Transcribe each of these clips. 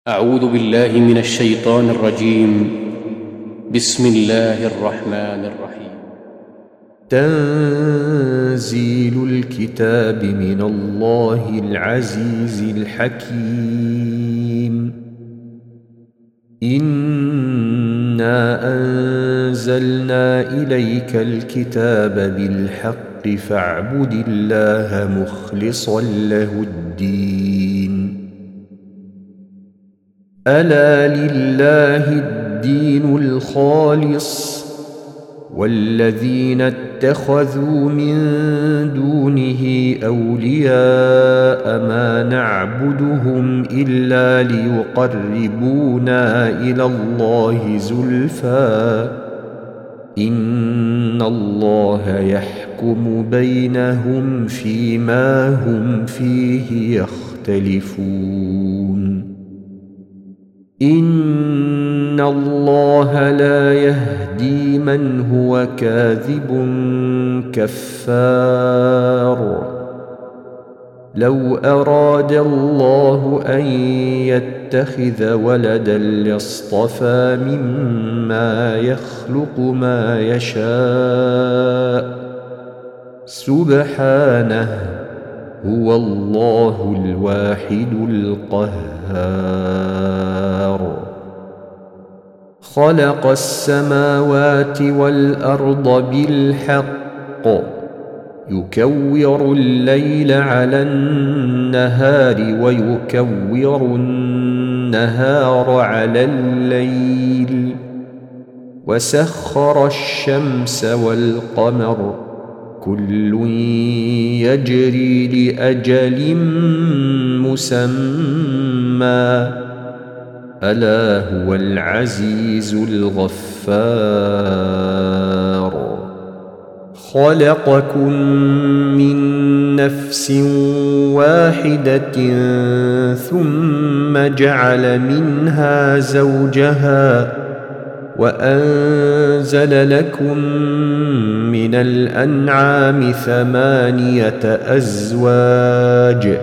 أعوذ بالله من الشيطان الرجيم. بسم الله الرحمن الرحيم. تنزيل الكتاب من الله العزيز الحكيم. إنا أنزلنا إليك الكتاب بالحق فاعبد الله مخلصا له الدين. ألا لله الدين الخالص والذين اتخذوا من دونه أولياء ما نعبدهم إلا ليقربونا إلى الله زلفى إن الله يحكم بينهم فيما هم فيه يختلفون. إن الله لا يهدي من هو كاذب كفار. لو أراد الله أن يتخذ ولدا لاصطفى مما يخلق ما يشاء سبحانه هو الله الواحد القهار. خلق السماوات والأرض بالحق يكور الليل على النهار ويكور النهار على الليل وسخر الشمس والقمر كل يجري لأجل مسمى ألا هو العزيز الغفار. خلقكم من نفس واحدة ثم جعل منها زوجها وأنزل لكم من الأنعام 8 أزواج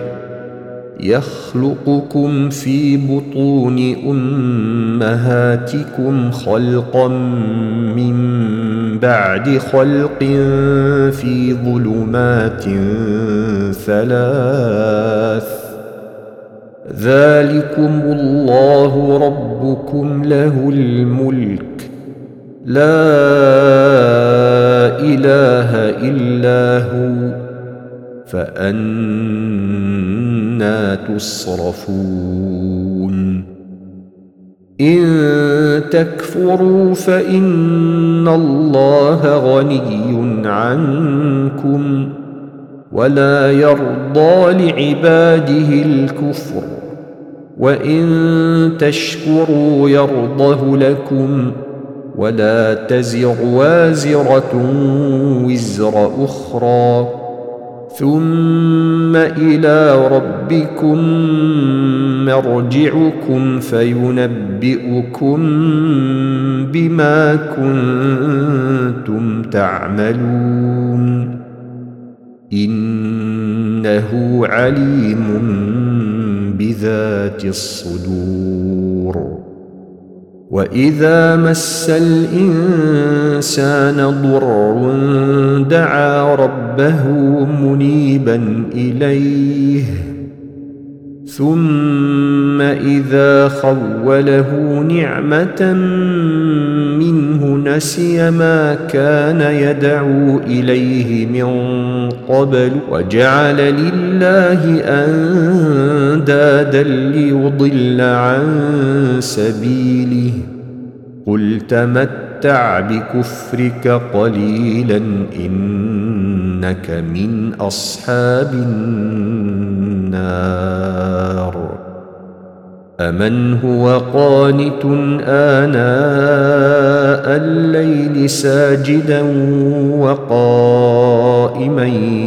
يخلقكم في بطون أمهاتكم خلقا من بعد خلق في ظلمات 3 ذلكم الله ربكم له الملك لا إله إلا هو فأنى تصرفون. إن تكفروا فإن الله غني عنكم ولا يرضى لعباده الكفر وإن تشكروا يرضه لكم ولا تزر وازرة وزر أخرى ثم إلى ربكم مرجعكم فينبئكم بما كنتم تعملون إنه عليم بذات الصدور. وإذا مس الإنسان ضر دعا ربه منيبا إليه ثم إذا خوله نعمة منه نسي ما كان يدعو إليه من قبل وجعل لله أندادا ليضل عن سبيله قل تمتع بكفرك قليلا إنك من أصحاب النار. أمن هو قانت آناء الليل ساجدا وقائما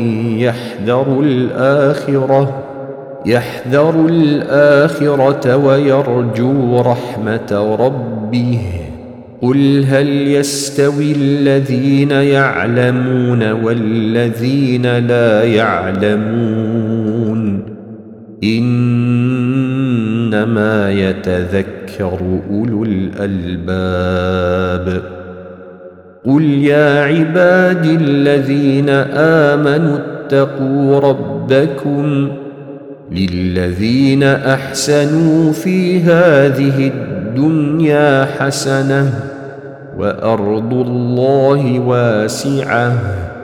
يحذر الآخرة ويرجو رحمة ربه قل هل يستوي الذين يعلمون والذين لا يعلمون إن إنما يتذكر أولو الألباب. قل يا عبادي الذين آمنوا اتقوا ربكم للذين أحسنوا في هذه الدنيا حسنة وأرض الله واسعة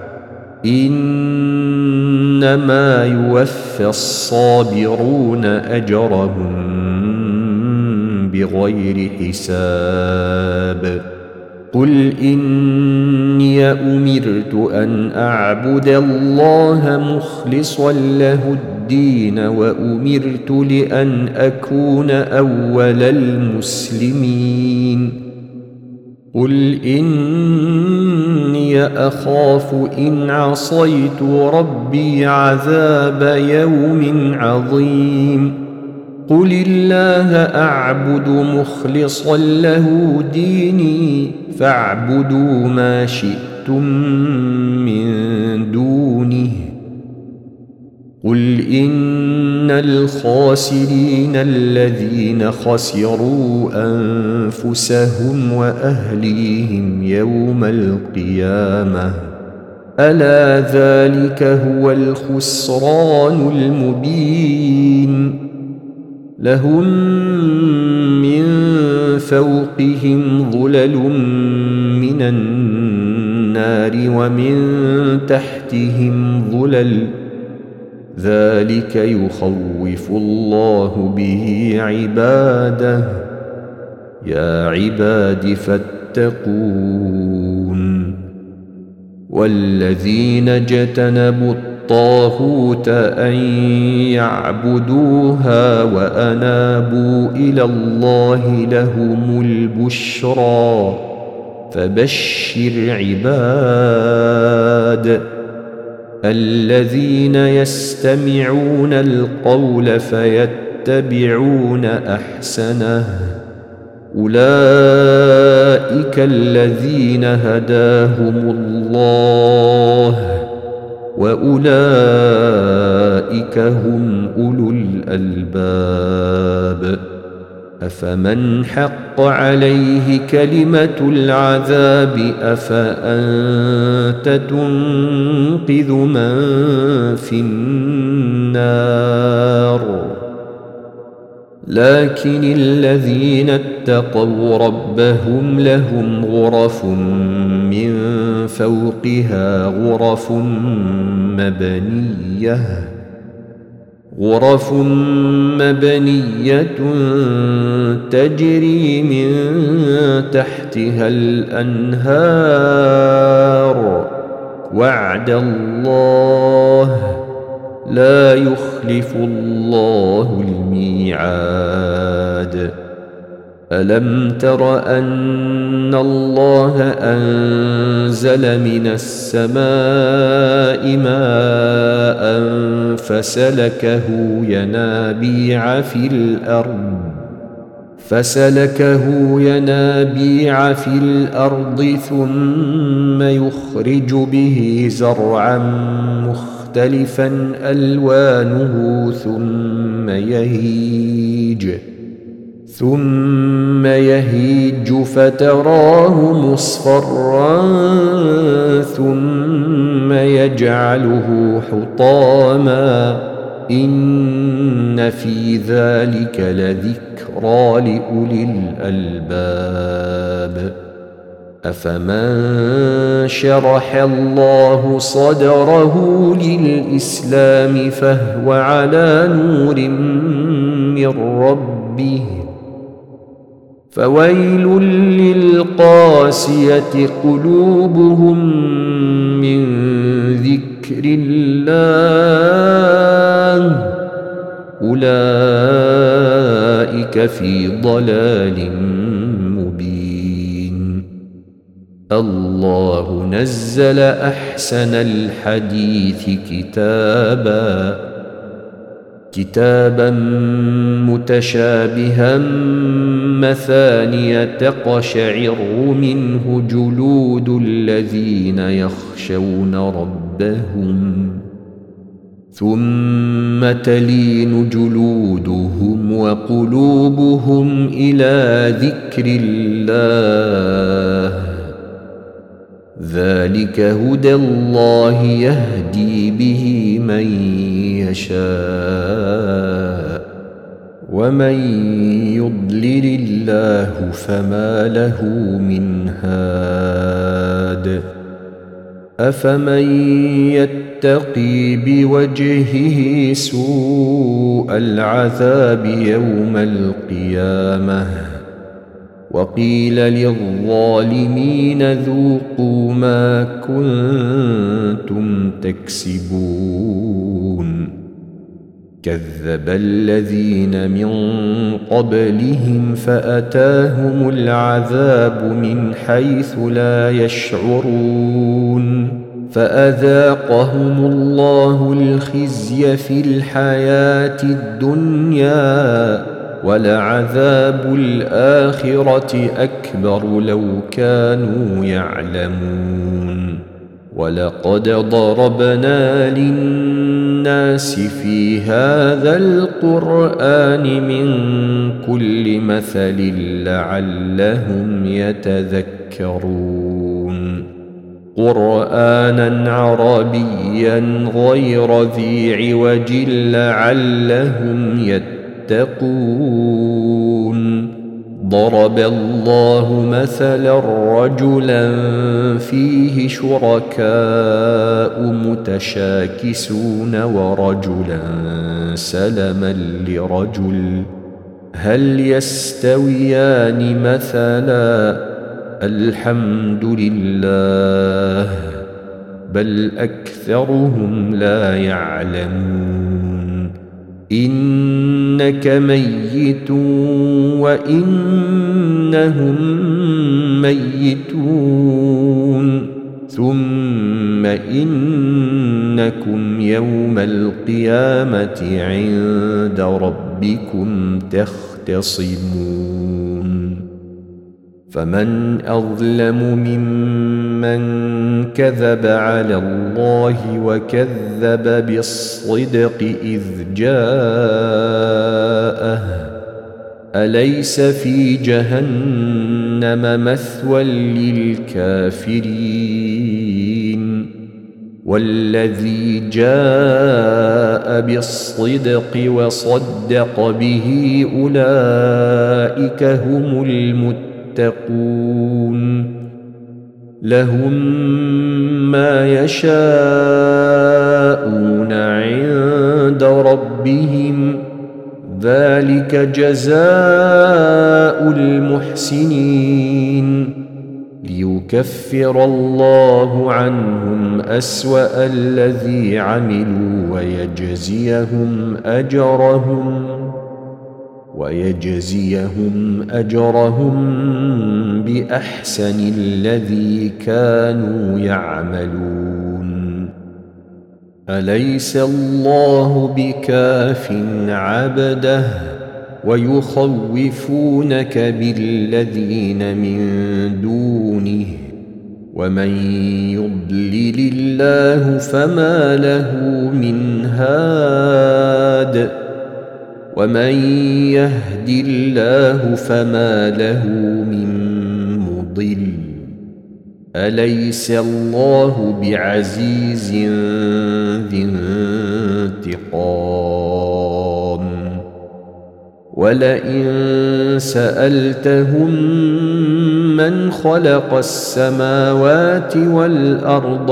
إنما يوفى الصابرون أجرهم بغير حساب. قل إني أمرت أن أعبد الله مخلصا له الدين وأمرت لأن أكون أول المسلمين. قل إني أخاف إن عصيت ربي عذاب يوم عظيم. قل الله أعبد مخلصا له ديني فاعبدوا ما شئتم من دونه. قل إن الخاسرين الذين خسروا أنفسهم وأهليهم يوم القيامة ألا ذلك هو الخسران المبين. لهم من فوقهم ظلل من النار ومن تحتهم ظلل ذلك يخوف الله به عباده يا عباد فاتقون. والذين اجتنبوا الطاغوت أن يعبدوها وأنابوا إلى الله لهم البشرى فبشر عباد الذين يستمعون القول فيتبعون أحسنه أولئك الذين هداهم الله وأولئك هم أولو الألباب. أفمن حق عليه كلمة العذاب أفأنت تنقذ من في النار. لكن الذين اتقوا ربهم لهم غرف من فوقها غرف مبنية تجري من تحتها الأنهار وعد الله لا يخلف الله الميعاد. ألم تر أن الله أنزل من السماء ماء فسلكه ينابيع في الأرض ثم يخرج به زرعا مختلفا ألوانه ثم يهيج فتراه مصفرا ثم يجعله حطاما إن في ذلك لذكرى لأولي الألباب. أفمن شرح الله صدره للإسلام فهو على نور من ربه فويل للقاسية قلوبهم من ذكر الله أولئك في ضلال مبين. الله نزل أحسن الحديث كتابا متشابها مثانية تقشعر منه جلود الذين يخشون ربهم ثم تلين جلودهم وقلوبهم إلى ذكر الله، ذلك هدى الله يهدي به من يشاء، ومن يضلل الله فما له من هاد. أفمن يتقي بوجهه سوء العذاب يوم القيامة وقيل للظالمين ذوقوا ما كنتم تكسبون، كذب الذين من قبلهم فأتاهم العذاب من حيث لا يشعرون، فأذاقهم الله الخزي في الحياة الدنيا، ولعذاب الآخرة أكبر لو كانوا يعلمون. ولقد ضربنا للناس في هذا القرآن من كل مثل لعلهم يتذكرون، قرآنا عربيا غير ذي عوج لعلهم يتقون. ضرب الله مثلا رجلا فيه شركاء متشاكسون ورجلا سلما لرجل هل يستويان مثلا الحمد لله بل أكثرهم لا يعلمون. إنك ميت وإنهم ميتون ثم إنكم يوم القيامة عند ربكم تختصمون. فمن أظلم ممن كذب على الله وكذب بالصدق إذ جاءه أليس في جهنم مثوى للكافرين والذي جاء بالصدق وصدق به أولئك هم المتقون لهم ما يشاءون عند ربهم ذلك جزاء المحسنين ليكفر الله عنهم أسوأ الذي عملوا ويجزيهم أجرهم بأحسن الذي كانوا يعملون. أليس الله بكاف عبده ويخوفونك بالذين من دونه ومن يضلل الله فما له من هاد ومن يهد الله فما له من مضل. أليس الله بعزيز ذي انتقام. ولئن سألتهم من خلق السماوات والأرض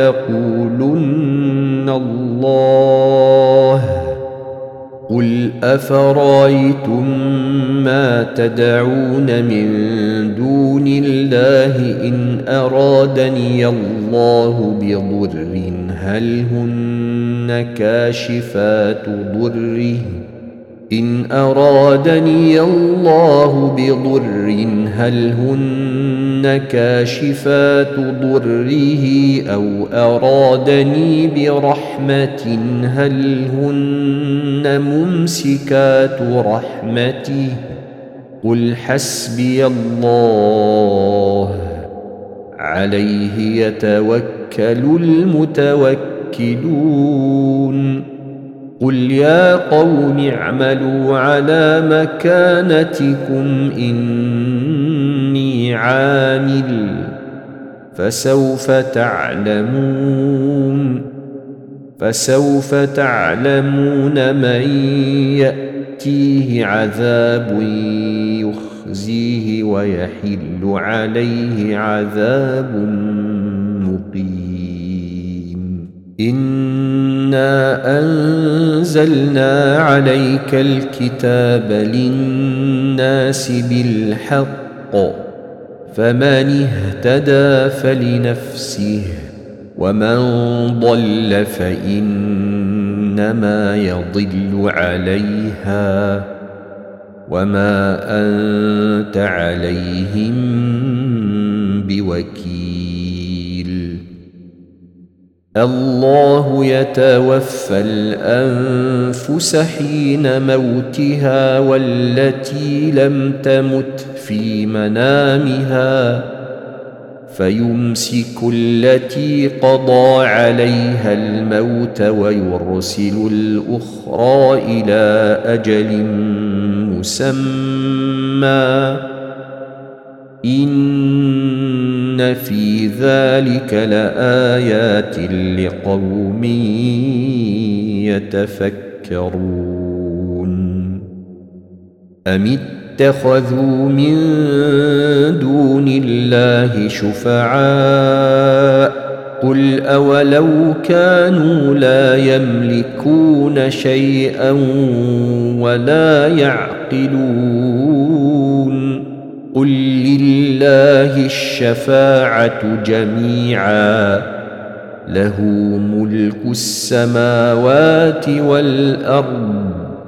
ليقولن الله قل أفرأيتم ما تدعون من دون الله إن أرادني الله بضر هل هن كاشفات ضره هل هن كاشفات ضره أو أرادني برحمة هل هن ممسكات رحمته قل حسبي الله عليه يتوكل المتوكلون. قل يا قوم اعملوا على مكانتكم إني عامل فسوف تعلمون من يأتيه عذاب يخزيه ويحل عليه عذاب مقيم. إنا أنزلنا عليك الكتاب للناس بالحق فمن اهتدى فلنفسه ومن ضل فإنما يضل عليها وما أنت عليهم بوكيل. الله يتوفى الأنفس حين موتها والتي لم تمت في منامها فيمسك التي قضى عليها الموت ويرسل الأخرى إلى أجل مسمى إن في ذلك لآيات لقوم يتفكرون. أم اتخذوا من دون الله شفعاء قل أولو كانوا لا يملكون شيئا ولا يعقلون قل لله الشفاعة جميعا له ملك السماوات والأرض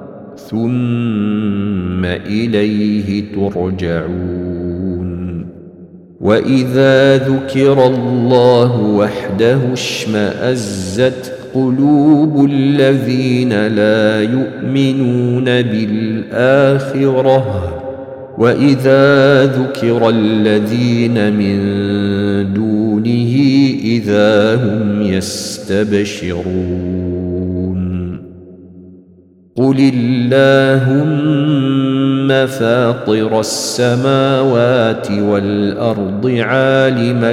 ثم إليه ترجعون. وإذا ذكر الله وحده اشمأزت قلوب الذين لا يؤمنون بالآخرة وإذا ذكر الذين من دونه إذا هم يستبشرون. قل اللهم فاطر السماوات والأرض عالم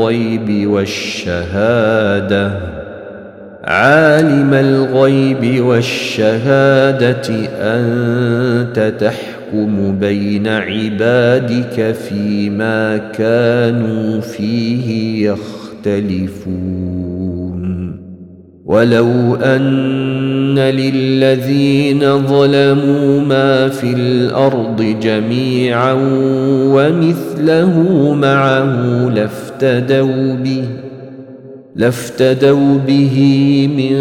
الغيب والشهادة أنت تحكم بين عبادك فيما كانوا فيه يختلفون. ولو أن للذين ظلموا ما في الأرض جميعا ومثله معه لافتدوا به من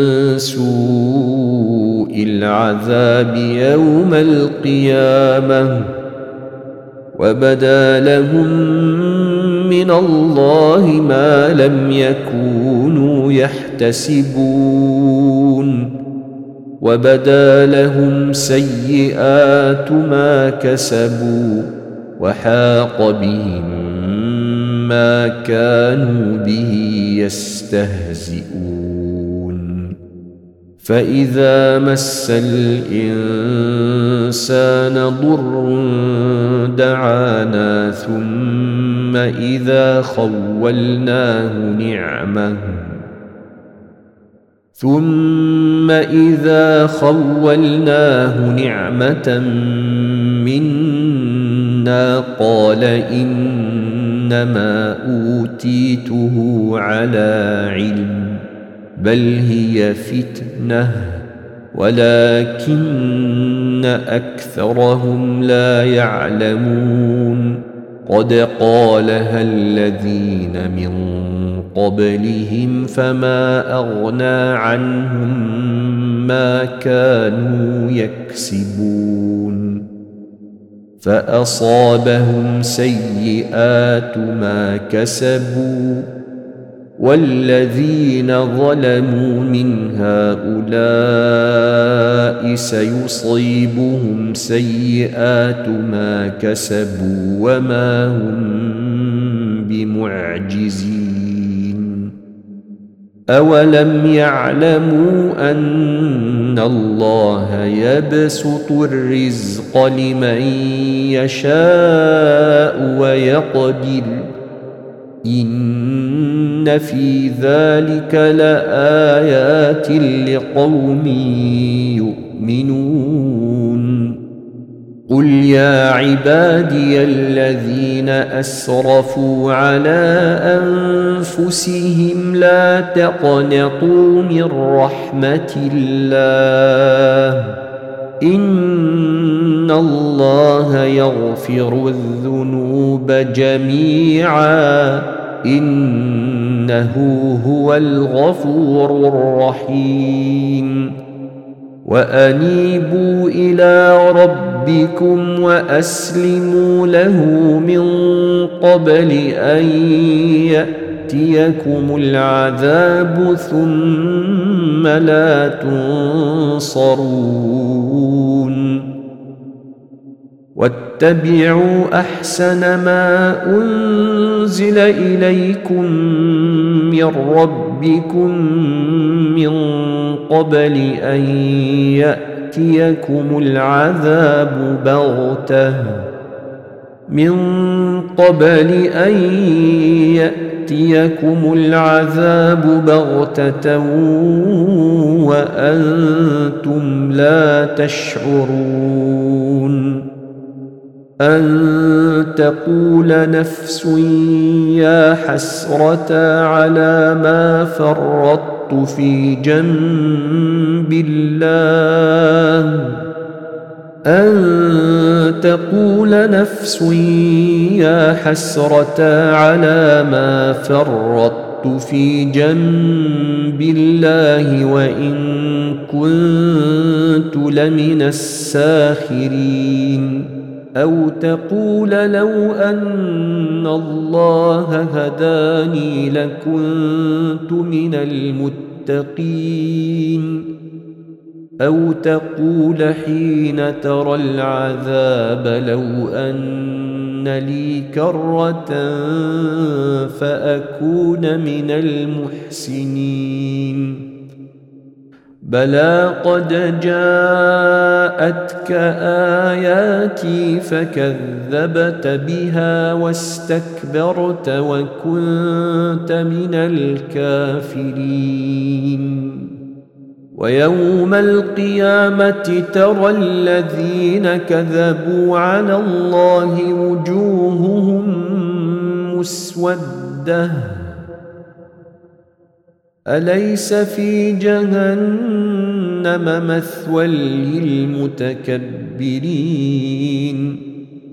سوء العذاب يوم القيامة وبدا لهم من الله ما لم يكونوا يحتسبون وبدا لهم سيئات ما كسبوا وحاق بهم ما كانوا به يستهزئون. فإذا مس الإنسان ضر دعانا ثم إذا خولناه نعمة منا قال إنما أوتيته على علم بل هي فتنة ولكن أكثرهم لا يعلمون. قد قالها الذين من قبلهم فما أغنى عنهم ما كانوا يكسبون فأصابهم سيئات ما كسبوا والذين ظلموا من هؤلاء سيصيبهم سيئات ما كسبوا وما هم بمعجزين. أولم يعلموا أن الله يبسط الرزق لمن يشاء ويقدر إن في ذلك لآيات لقوم يؤمنون قل يا عبادي الذين أسرفوا على أنفسهم لا تقنطوا من رحمة الله إن الله يغفر الذنوب جميعا إنه هو الغفور الرحيم وأنيبوا إلى ربكم وأسلموا له من قبل أن يأتيكم العذاب ثم لا تنصرون واتبعوا أحسن ما أنزل إليكم من ربكم من قبل أن يأتيكم العذاب بغتة وأنتم لا تشعرون أن تقول نفس يا حسرة على ما فرطت في جنب الله يا حسرة على ما فرطت في جنب الله وإن كنت لمن الساخرين أو تقول لو أن الله هداني لكنت من المتقين أو تقول حين ترى العذاب لو أن لي كرة فأكون من المحسنين بلى قد جاءتك آياتي فكذبت بها واستكبرت وكنت من الكافرين ويوم القيامة ترى الذين كذبوا على الله وجوههم مسودة أليس في جهنم مثوى للمتكبرين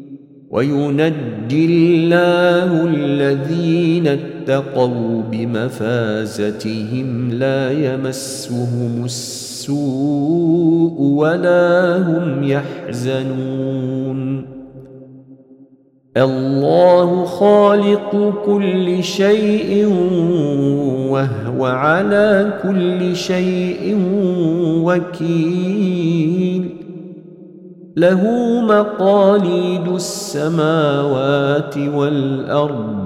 وينجي الله الذين اتقوا بمفازتهم لا يمسهم السوء ولا هم يحزنون الله خالق كل شيء وهو على كل شيء وكيل له مقاليد السماوات والأرض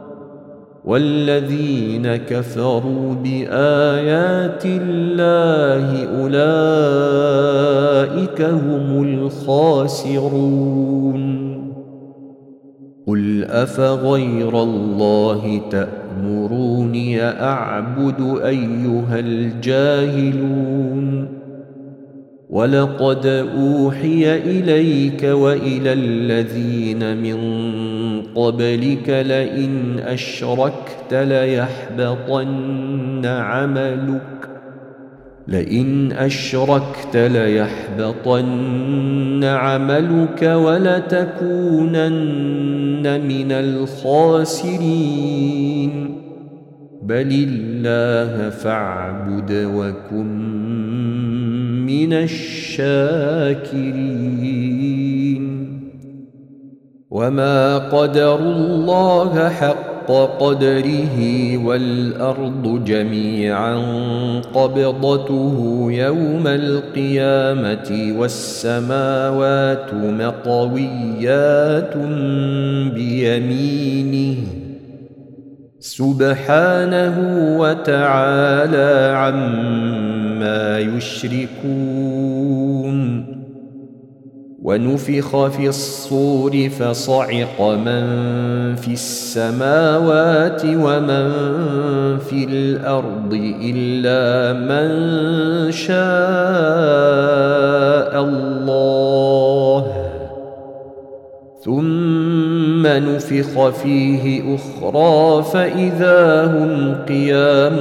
والذين كفروا بآيات الله أولئك هم الخاسرون قل أفغير الله تأمروني أعبد أيها الجاهلون ولقد أوحي إليك وإلى الذين من قبلك لئن أشركت ليحبطن عملك ولتكونن من الخاسرين بل الله فاعبد وكن من الشاكرين وما قدروا الله حق قدره والأرض جميعا قبضته يوم القيامة والسماوات مطويات بيمينه سبحانه وتعالى عما يشركون. ونفخ في الصور فصعق من في السماوات ومن في الأرض إلا من شاء الله، ثم نفخ فيه أخرى فإذا هم قيام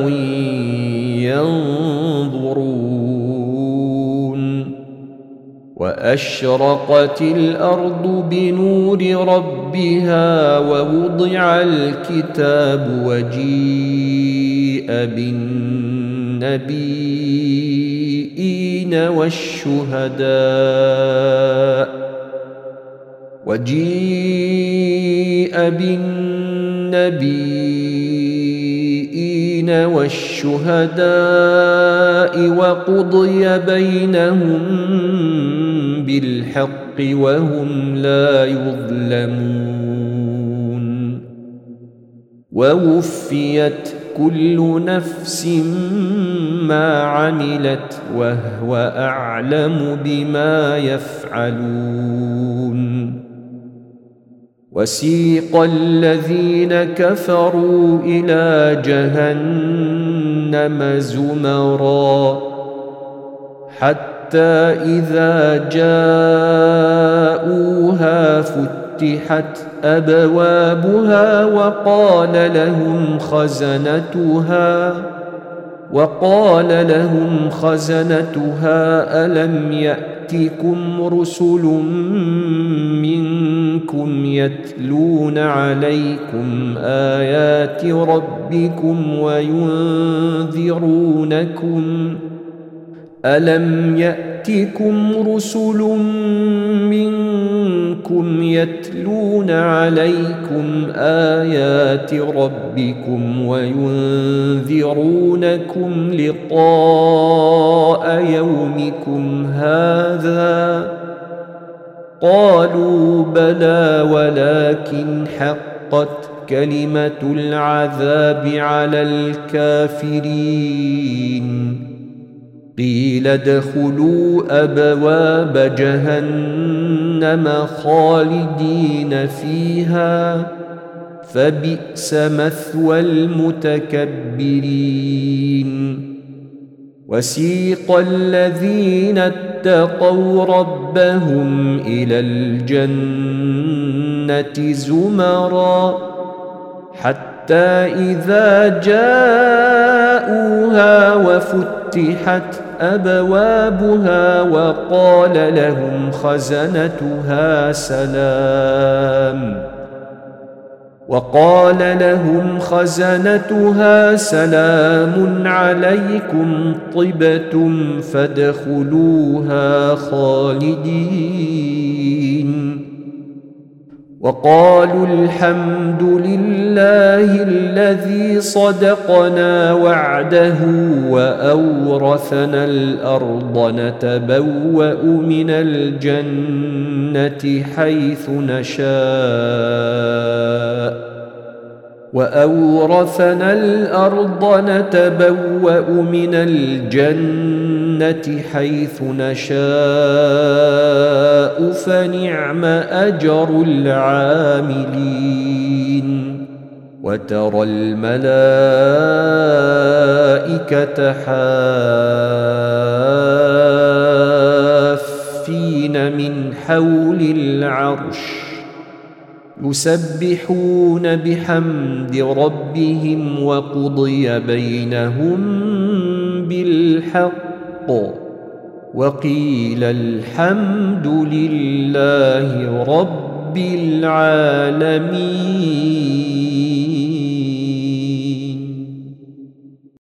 ينظرون. وأشرقت الأرض بنور ربها ووضع الكتاب وجيء بالنبيين والشهداء وقضي بينهم بالحق وهم لا يظلمون. ووفيت كل نفس ما عملت وهو أعلم بما يفعلون. وسيق الذين كفروا إلى جهنم زمرا حتى إذا جاءوها فتحت أبوابها وقال لهم خزنتها ألم يأتكم رسل منكم يتلون عليكم آيات ربكم وينذرونكم لقاء يومكم هذا؟ قالوا بلى ولكن حقت كلمة العذاب على الكافرين. قيل ادخلوا أبواب جهنم خالدين فيها فبئس مثوى المتكبرين. وسيق الذين اتقوا ربهم إلى الجنة زمرا حتى إذا جاءوها وفتحت أبوابها وقال لهم خزنتها سلام عليكم طبتم فادخلوها خالدين. وقالوا الحمد لله الذي صدقنا وعده وأورثنا الأرض نتبوأ من الجنة حيث نشاء فنعم أجر العاملين. وترى الملائكة حافين من حول العرش يسبحون بحمد ربهم وقضي بينهم بالحق وقيل الحمد لله رب العالمين.